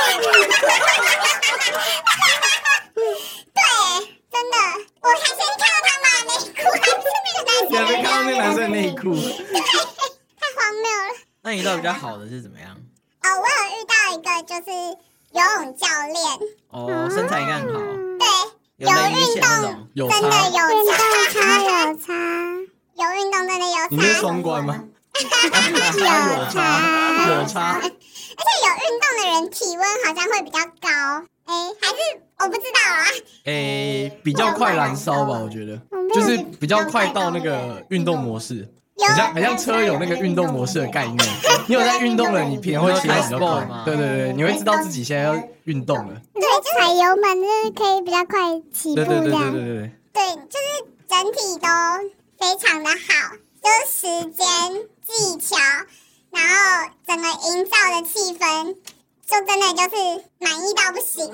对，真的，我还先看到他妈的内裤，还不是那个男生。 你还没看到那个男生的内裤？ 太荒谬了。 那你遇到比较好的是怎么样？ 哦，我有遇到一个就是游泳教练， 哦，身材应该很好， 对， 有人鱼线那种。 有真的差？ 有差，有差，有运动真的有差。 你是双关吗？ 有差， 有差。 而且有运动的人体温好像会比较高，还是我不知道啊。 比较快燃烧吧，我觉得，就是比较快到那个运动模式，很像车有那个运动模式的概念。你有在运动了，你平衡会起来比较快。对对对，你会知道自己现在要运动了。 对，踩油门就是可以比较快起步对对对这样。 对对对。 对，就是整体都非常的好，就是时间、技巧，然后整个营造的气氛，就真的就是满意到不行。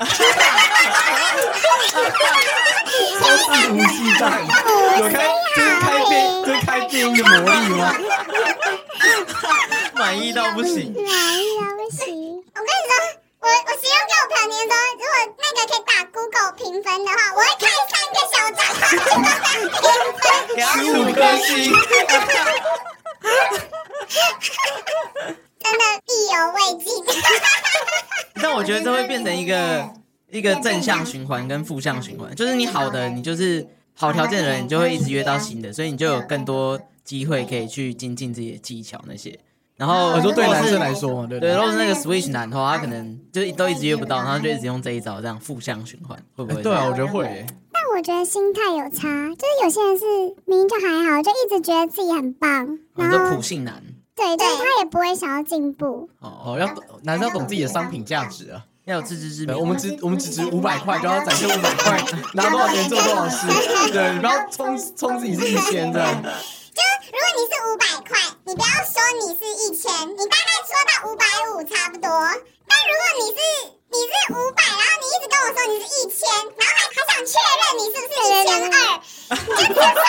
超肆无忌惮，有开电音的魔力吗？ 满意到不行。 满意到不行。我跟你说，我形容给我朋友听说，如果那个可以打 Google 评分的话，我会开3个小账号给他5颗星。 真的意犹未尽。 但我觉得这会变成一个正向循环跟负向循环，就是你好的，你就是好条件的人，你就会一直约到新的，所以你就有更多机会可以去精进自己的技巧那些。然后我说对男生来说嘛，对对，如果是那个 Switch 男的话，他可能就都一直约不到，然后就一直用这一招，这样负向循环，会不会？ 对啊，我觉得会。 但我觉得心态有差，就是有些人是明明就还好，就一直觉得自己很棒，然就后普信男。 对，他也不会想要进步。 男生要懂自己的商品价值啊。 要有自知之明。 我们只值500块，就要展现500块，拿多少钱做多少事。对，你不要冲自己是1000这样。 就如果你是500块，你不要说你是1000，你大概说到550差不多。但如果你是500，然后你一直跟我说你是1000，然后还想确认你是不是1200，你就只有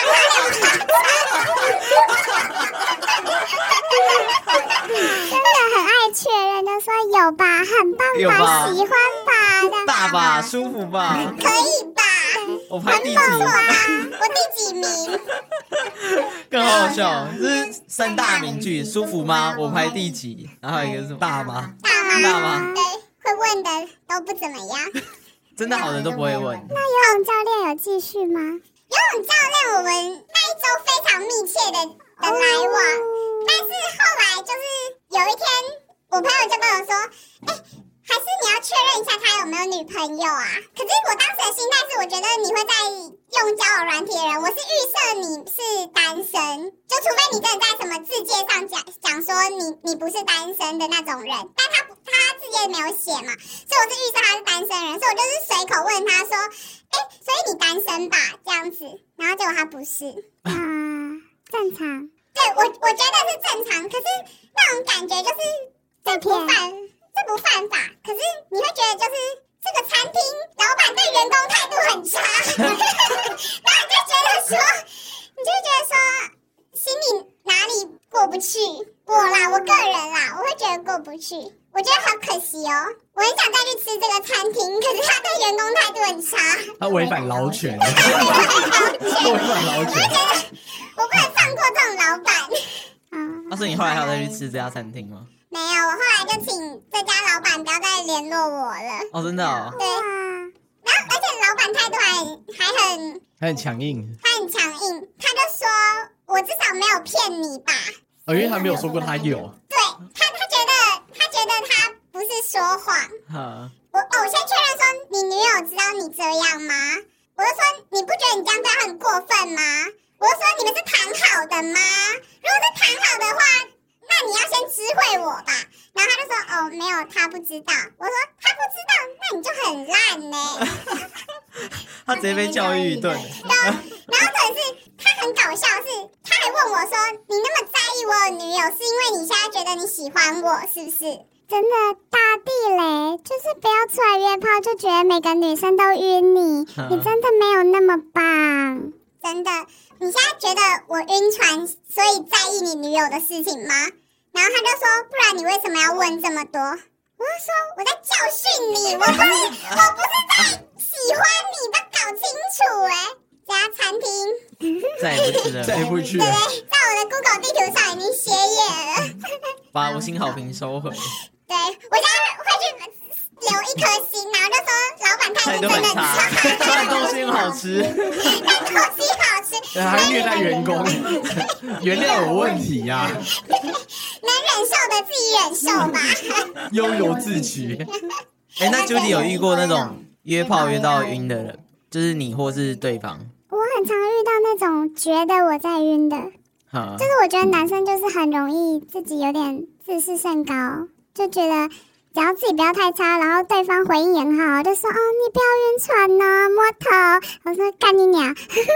真的很爱确认，就说有吧，很棒吧，喜欢吧， 大吧，舒服吧， 可以吧？ 我排第几？ 我第几名？ 更好笑，这是3大名句，舒服吗？我排第几？然后还有一个是什么？大吗？大吗？ 对，会问的都不怎么样。 真的好的都不会问。 那游泳教练有继续吗？游泳教练我们那一周非常密切的来往，但是后来就是有一天，我朋友就跟我说，还是你要确认一下他有没有女朋友啊？可是我当时的心态是，我觉得你会在用交友软体的人，我是预设你是单身，就除非你真的在什么字界上讲说你不是单身的那种人，但他字界没有写嘛，所以我是预设他是单身人，所以我就是随口问他说，所以你单身吧？这样子，然后结果他不是啊，正常。对，我觉得是正常，可是那种感觉就是这不犯法，可是你会觉得就是这个餐厅老板对员工态度很差，然后你就觉得说心里哪里过不去。我个人啦，我会觉得过不去，我觉得好可惜哦。我很想再去吃这个餐厅，可是他对员工态度很差， 他违反劳权，违反劳权， 我不能放过这种老板。 所以你后来还有再去吃这家餐厅吗？ 没有，我后来就请这家老板不要再联络我了。 哦，真的哦。 对，然后而且老板态度还很强硬，他就说我至少没有骗你吧。 因为他没有说过他有。 对，他觉得他不是说谎。我先确认说你女友知道你这样吗？我就说你不觉得你这样对他很过分吗？我就说你们是谈好的吗？如果是谈好的话，那你要先知会我吧。然后他就说没有，他不知道。我说他不知道，那你就很烂呢。 他直接被教育一顿。 然后可是他很搞笑是，他还问我说：“你那么在意我的女友，是因为你现在觉得你喜欢我，是不是？”真的大地雷，就是不要出来约炮就觉得每个女生都晕你，你真的没有那么棒。真的，你现在觉得我晕船，所以在意你女友的事情吗？然后他就说：“不然你为什么要问这么多？”我就说：“我在教训你，我不是在喜欢你，都搞清楚这家餐厅再也不去了， 再也不去了。 对，在我的 Google 地图上已经歇业了， 把5星好评收回。 对，我现在会去留1颗星，然后就说老板态度真的很差， 虽然东西很好吃， 但东西好吃， 还虐待员工，原料有问题呀， 能忍受的自己忍受吧， 悠游自取。 那 Judy 有遇过那种约炮约到晕的人，就是你或是对方？ 我很常遇到那种觉得我在晕的，就是我觉得男生就是很容易自己有点自视甚高，就觉得只要自己不要太差，然后对方回应也很好，就说哦你不要晕船呢，摸头，我说干你娘，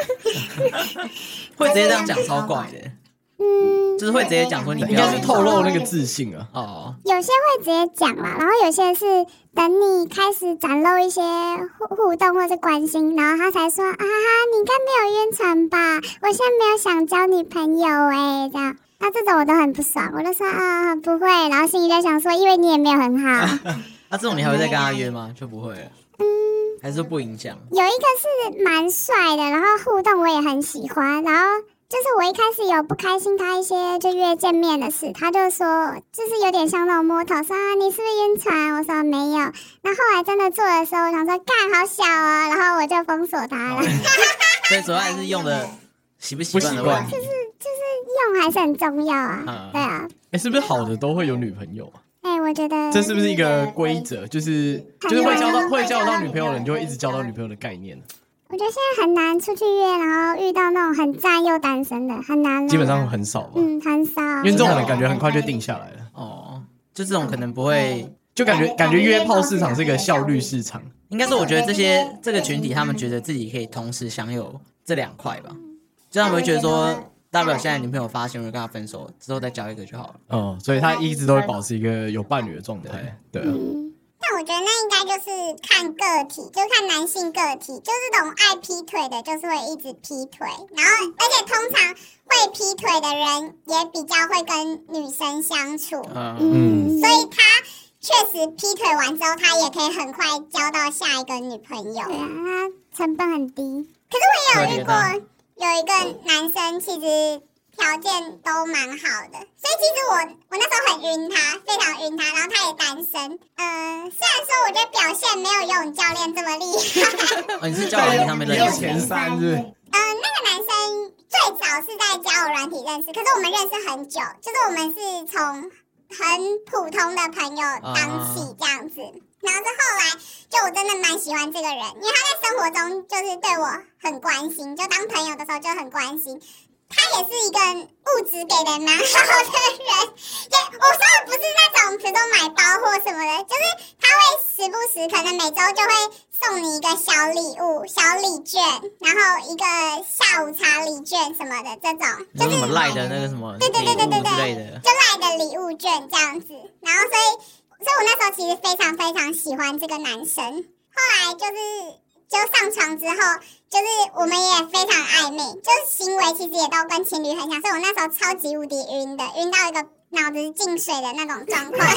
会直接这样讲超怪的。就是会直接讲说你不要应该是透露那个自信啊。 哦， 有些会直接讲啦，然后有些是等你开始展露一些互动或是关心，然后他才说啊哈，你应该没有晕船吧？我现在没有想交女朋友这样。那这种我都很不爽，我就说啊不会，然后心里在想说，因为你也没有很好。 那这种你还会再跟他约吗？就不会了。还是不影响。 有一个是蛮帅的，然后互动我也很喜欢，然后就是我一开始有不开心他一些就约见面的事，他就说就是有点像那种摸头，说啊你是不是晕船？我说没有。那后来真的做的时候，我想说干好小哦，然后我就封锁他了。 所以主要还是用的习不习惯的问题。 就是用还是很重要啊。对啊。 是不是好的都会有女朋友啊？ 我觉得这是不是一个规则？就是会交到女朋友的人，就会一直交到女朋友的概念。 我觉得现在很难出去约，然后遇到那种很赞又单身的，很难。 基本上很少吧。 很少。 因为这种人感觉很快就定下来了。 哦，就这种可能不会， 就感觉约炮市场是一个效率市场。 应该说，我觉得这个群体，他们觉得自己可以同时享有这2块吧，就他们会觉得说，大不了现在女朋友发现，我就跟他分手，之后再交一个就好了。 所以他一直都会保持一个有伴侣的状态。对啊。 但我觉得那应该就是看个体，就看男性个体，就是这种爱劈腿的，就是会一直劈腿，然后而且通常会劈腿的人也比较会跟女生相处，所以他确实劈腿完之后，他也可以很快交到下一个女朋友，对啊，他成本很低。可是我也有遇过，有一个男生其实条件都蛮好的，所以其实我那时候很晕他，非常晕他，然后他也单身。虽然说我觉得表现没有游泳教练这么厉害。 你是交友软体上面认识前3是不是？ 那个男生最早是在交友软体认识，可是我们认识很久，就是我们是从很普通的朋友当起这样子。然后是后来，就我真的蛮喜欢这个人，因为他在生活中就是对我很关心，就当朋友的时候就很关心。他也是一个物质给的蛮好的人，我说的不是那种比如说买包或什么的，就是他会时不时可能每周就会送你一个小礼物、小礼券，然后一个下午茶礼券什么的，这种就是什么赖的那个什么对之类的， 就赖的礼物券这样子。然后所以我那时候其实非常非常喜欢这个男生，后来就上床之后，就是我们也非常暧昧，就是行为其实也都跟情侣很像，所以我那时候超级无敌晕的，晕到一个脑子进水的那种状况。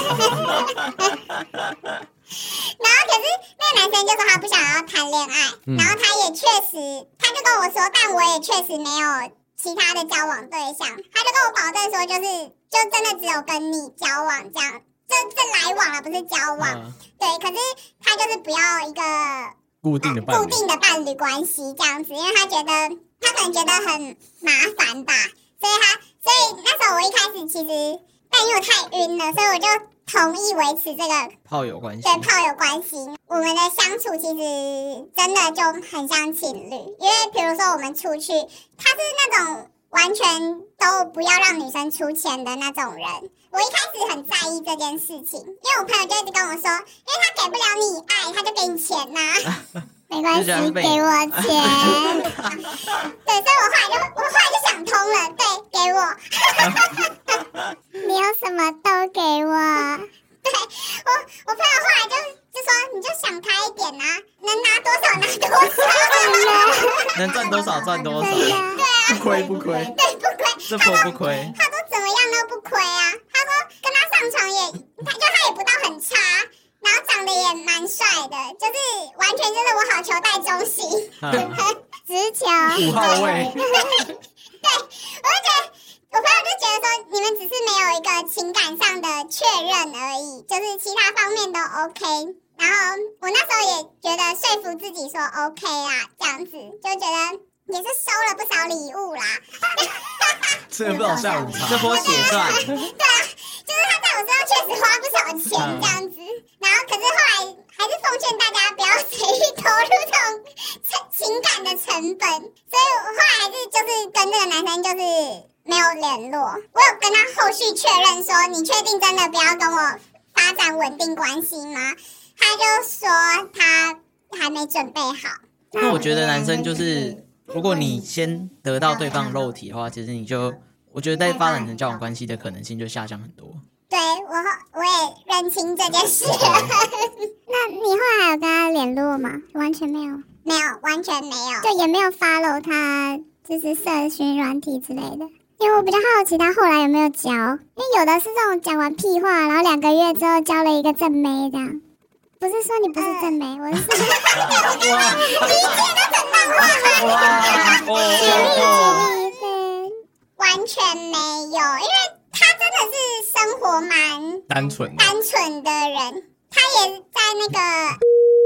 然后可是那个男生就说他不想要谈恋爱，然后他也确实，他就跟我说，但我也确实没有其他的交往对象，他就跟我保证说，就真的只有跟你交往这样，这来往了，不是交往。对，可是他就是不要一个固定的伴侣关系这样子，因为他可能觉得很麻烦吧，所以那时候我一开始其实，但因为我太晕了，所以我就同意维持这个炮友关系。 对，炮友关系，我们的相处其实真的就很像情侣，因为比如说我们出去，他是那种完全都不要让女生出钱的那种人。我一开始很在意这件事情，因为我朋友就一直跟我说，因为他给不了你爱，他就给你钱呐。 没关系，给我钱。对，所以我后来就想通了，对，给我。你有什么都给我。对，我朋友后来就说，你就想开一点啊，能拿多少拿多少， 能赚多少赚多少。 对啊， 不亏不亏。 对，不亏， 这波不亏。 他说怎么样都不亏啊，他说跟他上床他也不到很差。然后长得也蛮帅的，就是完全就是我好球带中心，直球 5号位。 对，我就觉得我朋友就觉得说，你们只是没有一个情感上的确认而已，就是其他方面都 OK。然后我那时候也觉得说服自己说 OK 啦，这样子就觉得也是收了不少礼物啦， 吃了不少下午茶。 这波血赚。 对啊，就是他在我身上确实花不少钱这样子。然后可是后来还是奉劝大家不要随意投入这种情感的成本，所以我后来还是就是跟这个男生就是没有联络。我有跟他后续确认说，你确定真的不要跟我发展稳定关系吗？他就说他还没准备好。 那我觉得男生就是，如果你先得到对方肉体的话，其实我觉得在发展成交往关系的可能性就下降很多。 对，我也认清这件事。那你后来还有跟他联络吗？完全没有，没有，完全没有，就也没有 follow 他，就是社群软体之类的。因为我比较好奇他后来有没有交，因为有的是这种讲完屁话，然后2个月之后交了一个正妹这样。不是说你不是正妹，我是哇，理解的很漫画吗？对，完全没有，因为他真的是生活蛮单纯的人，他也在那个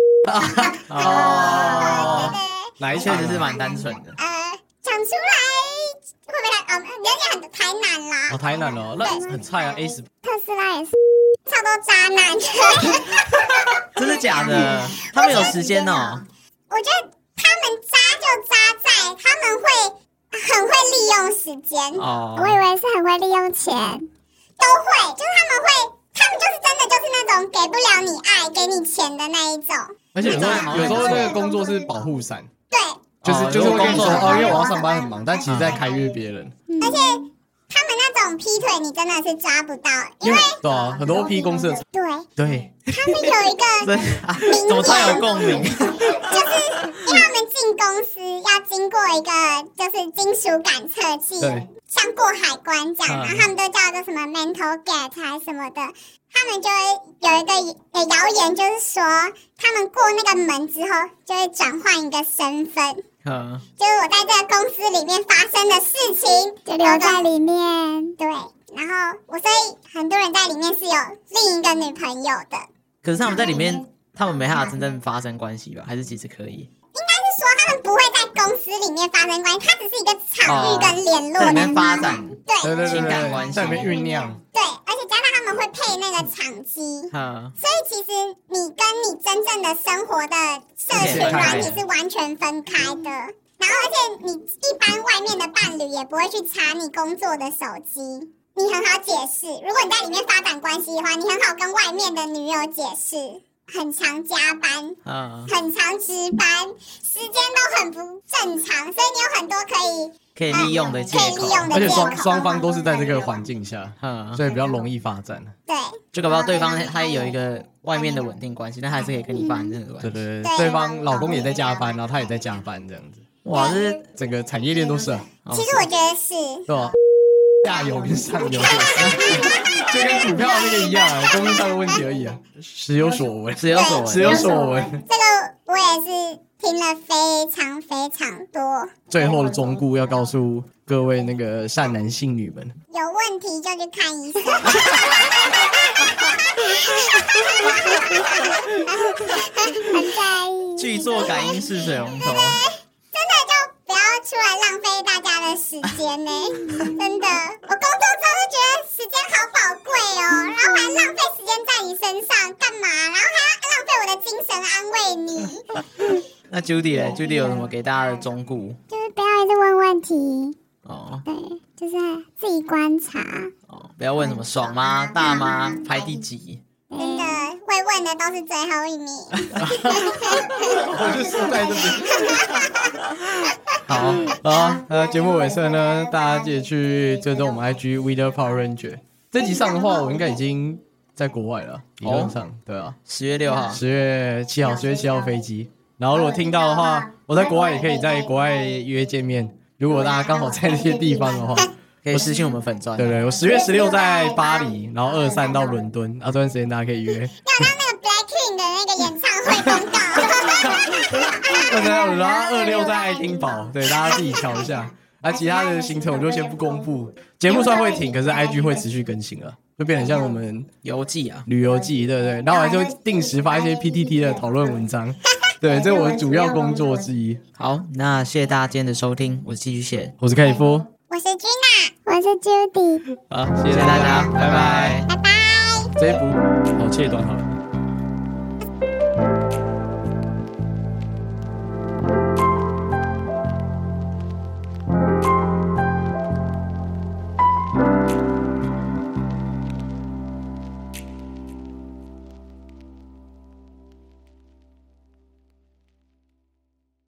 哪一确实是蛮单纯的。 讲出来会不会人家很台南啦？ 哦，台南哦，那很菜啊 ，A10。 特斯拉也是超多渣男。 真的假的？他们有时间哦。 我觉得他们渣就渣在他们会很会利用时间。哦，我以为是很会利用钱，都会，就是他们就是真的就是那种给不了你爱，给你钱的那一种。 而且有时候那个工作是保护伞。 对， 就是会跟你说哦，因为我要上班很忙，但其实在开约别人。 而且他们那种劈腿，你真的是抓不到，因为对啊，很多 P 公司的对，他们有一个怎么太有共鸣？ 就是因为他们进公司要经过一个就是金属感测器，像过海关这样，然后他们都叫做什么 mental gate 还是什么的，他们就会有一个谣言，就是说他们过那个门之后就会转换一个身份。就是我在这个公司里面发生的事情就留在里面，对，然后所以很多人在里面是有另一个女朋友的。 可是他们在里面，他们没办法真正发生关系吧？还是其实可以？ 应该是说他们不会在公司里面发生关系，它只是一个场域跟联络的里面发展， 对情感关系在里面酝酿。 对，而且加上他们会配那个场机，所以其实你跟你真正的生活的社群软体是完全分开的。然后，而且你一般外面的伴侣也不会去查你工作的手机，你很好解释。如果你在里面发展关系的话，你很好跟外面的女友解释。很常加班，很常值班，时间都很不正常，所以你有很多可以利用的借口， 而且双方都是在这个环境下，所以比较容易发展。 对， 就搞不好对方他有一个外面的稳定关系，但还是可以跟你发展这个关系。 对，对方老公也在加班，然后他也在加班，这样子。 哇，这是整个产业链都是啊。 其实我觉得是， 对吧？下游跟上游，就跟股票那个一样啊，公司上的问题而已啊。时有所闻， 时有所闻， 时有所闻。 这个我也是听了非常非常多。 最后的忠告要告诉各位那个善男信女们， 有问题就去看医生。很在意。 巨作感应式水龙头。 真的就不要出来浪费大家的时间呢，真的。我工作之后就觉得时间好宝贵哦，然后还浪费时间在你身上干嘛？然后还要浪费我的精神安慰你。 那 Judy 呢 ？Judy 有什么给大家的忠告？ 就是不要一直问问题。 哦。 对，就是自己观察。 哦，不要问什么爽吗、大吗、排第几。 真的会问的都是最后一名。 我就输在这边。好，节目尾声呢，大家记得去追踪我们 IG Weather Power Ranger。这集上的话，我应该已经在国外了，理论上，对啊 ，10月6号 ，10月7号飞机。然后如果听到的话，我在国外也可以在国外约见面。如果大家刚好在那些地方的话， 可以私信我们粉专。 对，我10月16在巴黎，然后23到伦敦，这段时间大家可以约。 要到那个 Blackpink 的那个演唱会公告。 然后26在爱丁堡，对，大家自己瞧一下。其他的行程我就先不公布。节目算会停，可是 IG 会持续更新了，会变成像我们游记啊， 旅游记，对不对？然后我还就会定时发一些 PTT 的讨论文章，对，这是我的主要工作之一。 好，那谢谢大家今天的收听，我是寄居蟹， 我是凯里夫， 我是 Gina，我是 Judy。 好，谢谢大家，拜拜， 拜拜。 这一部好切断好了。